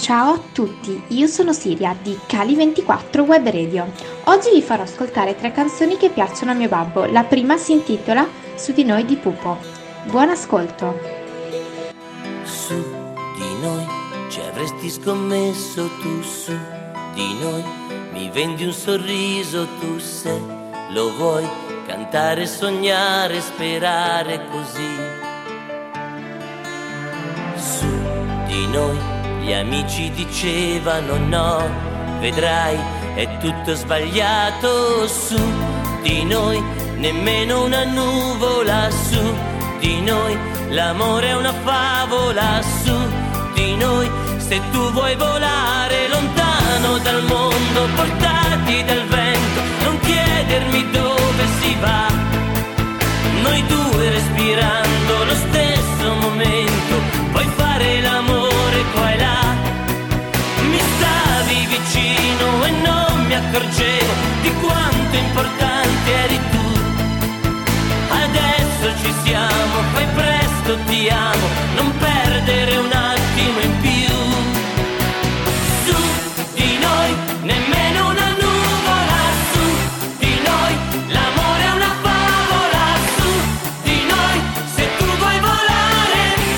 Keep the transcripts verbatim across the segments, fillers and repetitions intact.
Ciao a tutti, io sono Siria di Cali ventiquattro Web Radio. Oggi vi farò ascoltare tre canzoni che piacciono a mio babbo. La prima si intitola Su di noi di Pupo. Buon ascolto. Su di noi ci avresti scommesso, tu su di noi mi vendi un sorriso, tu se lo vuoi cantare, sognare, sperare così. Su di noi gli amici dicevano no, vedrai è tutto sbagliato. Su di noi nemmeno una nuvola, su di noi l'amore è una favola. Su di noi se tu vuoi volare lontano dal mondo, portati dal vento, non chiedermi dove si va. Noi due respirando lo stesso momento, puoi fare l'amore qua e là. Mi stavi vicino e non mi accorgevo di quanto importante eri tu. Adesso ci siamo, fai presto, ti amo, non perdere un attimo in più. Su di noi nemmeno una nuvola, su di noi l'amore è una favola. Su di noi se tu vuoi volare.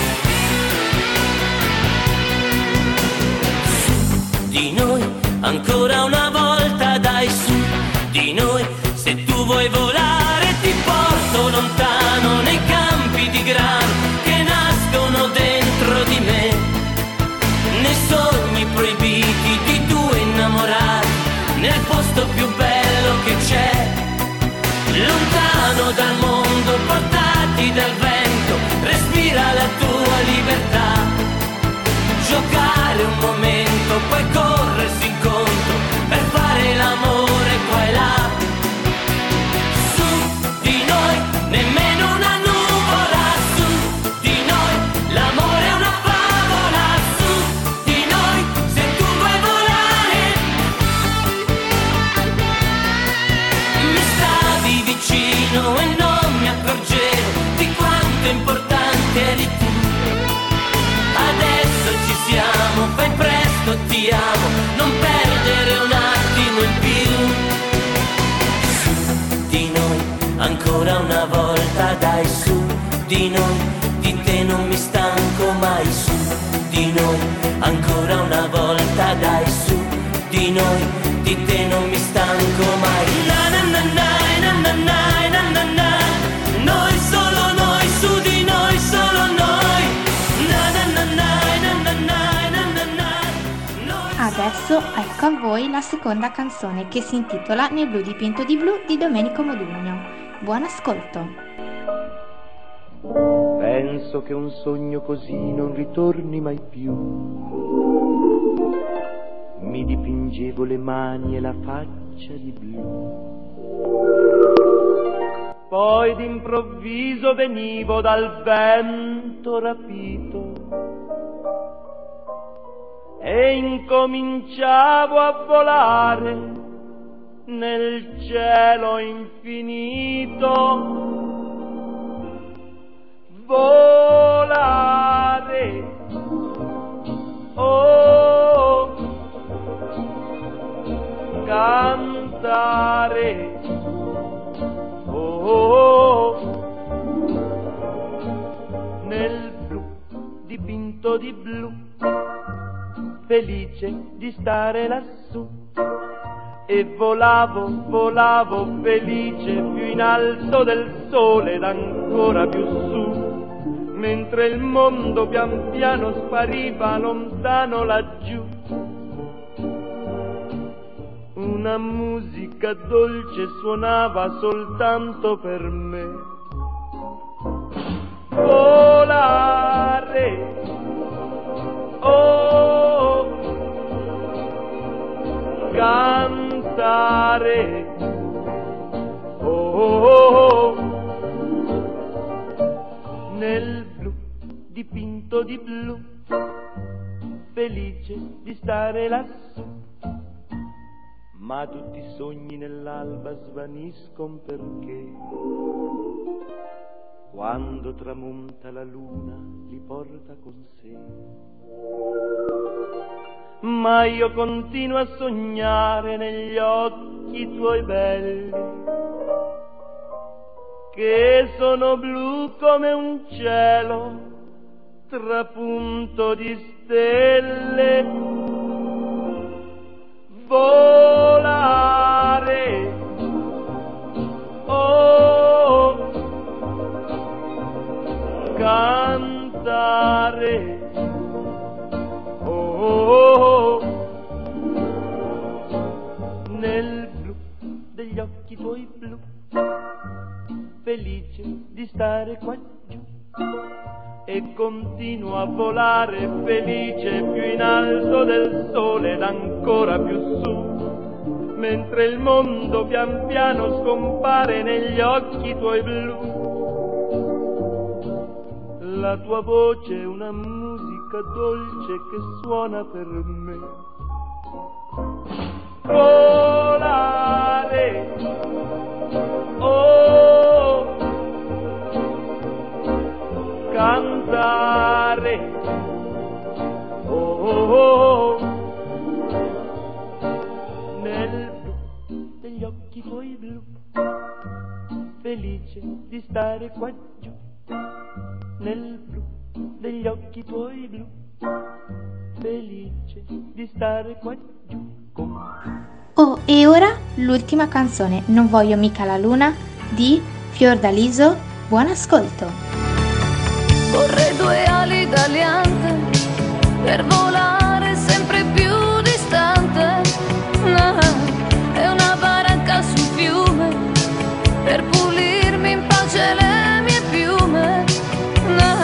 Su di noi ancora una volta, dai, su di noi se tu vuoi volare ti porto lontano nei campi di grano che nascono dentro di me, nei sogni proibiti di due innamorati, nel posto più bello che c'è, lontano dal mondo, portati dal vento, respira la tua libertà, giocare un momento, poi corrersi incontro per fare l'amore qua e là. Su di noi nemmeno una nuvola, su di noi l'amore è una favola. Su di noi se tu vuoi volare. Mi stavi vicino e non mi accorgevo di quanto importante eri tu. Adesso ci siamo, fai presto, ti amo, non perdere un attimo in più. Su di noi ancora una volta, dai, su di noi, di te non mi stanco mai. Su di noi ancora una volta, dai, su di noi, di te non mi stanco mai. Na na na na na na na na na. Noi solo noi, su di noi solo noi. Na na na na na na na na na. Noi Adesso ecco a voi la seconda canzone che si intitola Nel blu dipinto di blu di Domenico Modugno. Buon ascolto. Penso che un sogno così non ritorni mai più. Mi dipingevo le mani e la faccia di blu. Poi d'improvviso venivo dal vento rapito e incominciavo a volare nel cielo infinito. Volare, oh, cantare, oh, nel blu dipinto di blu, felice di stare lassù. E volavo, volavo felice più in alto del sole ed ancora più su, mentre il mondo pian piano spariva lontano laggiù. Una musica dolce suonava soltanto per me. Volare, oh, cantare, oh, oh, oh, nel blu dipinto di blu, felice di stare lassù. Ma tutti i sogni nell'alba svaniscono perché quando tramonta la luna li porta con sé. ma io continuo a sognare negli occhi tuoi belli, che sono blu come un cielo trapunto di stelle. Volare, oh, cantare, oh, nel blu degli occhi tuoi blu, felice di stare qua giù, e continuo a volare felice più in alto del sole ed ancora più su, mentre il mondo pian piano scompare negli occhi tuoi blu. La tua voce è una musica dolce che suona per me. Volare, oh, cantare, oh, oh, oh, nel blu degli occhi tuoi blu, felice di stare qua giù, nel blu degli occhi tuoi blu, felice di stare qua giù con me. Oh, e ora l'ultima canzone, Non voglio mica la luna, di Fiordaliso. Buon ascolto. Vorrei due ali d'aliante per volare sempre più distante, no, e una baracca sul fiume per pulirmi in pace le mie piume, no,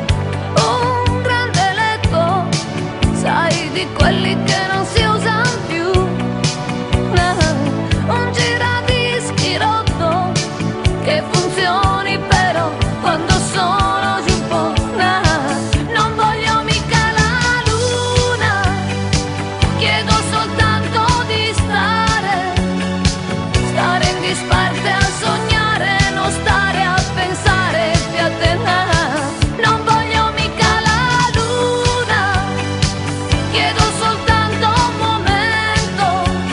un grande letto, sai, di quelli che non si usano più, no, un giradischi rotto che funzioni però quando sono giù un po', no, non voglio mica la luna, chiedo soltanto di stare, stare in disparte a sognare, non stare a pensare più a te, no, non voglio mica la luna, chiedo soltanto un momento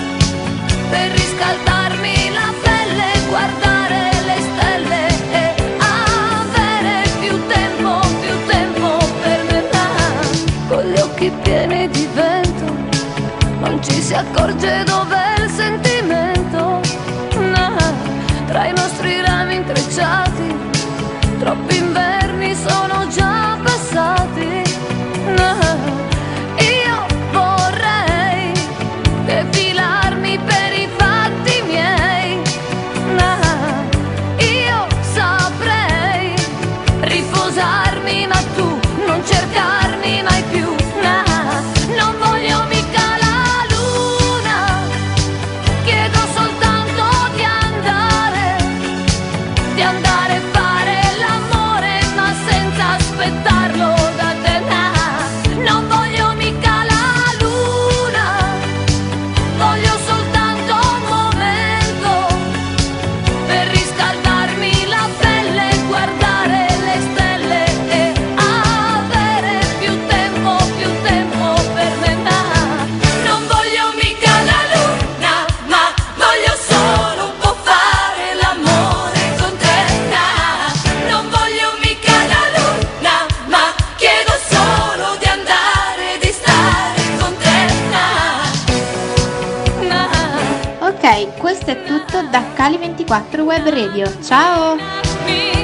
per riscaldarmi la pelle, guardare le stelle e avere più tempo, più tempo per me, no, con gli occhi pieni di vento non ci si accorge dov'è il sentimento, no, tra i nostri rami intrecciati troppi inverni sono già passati, no, io vorrei defilarmi per i fatti miei, no, io saprei riposarmi ma tu non cercarmi mai più, no, non voglio mica la luna, chiedo soltanto di andare, di andare a fare l'amore ma senza aspettarlo da te, no, non voglio mica la luna, voglio soltanto un momento per riscaldarmi la pelle, guardare le stelle e avere più tempo, più tempo per me, no, non voglio mica la luna, ma voglio solo un po' fare l'amore con te, no, non voglio mica la luna, ma chiedo solo di andare, di stare con te, no, no. Ok, questo è tutto da Cali ventiquattro Web Radio. Ciao! Mi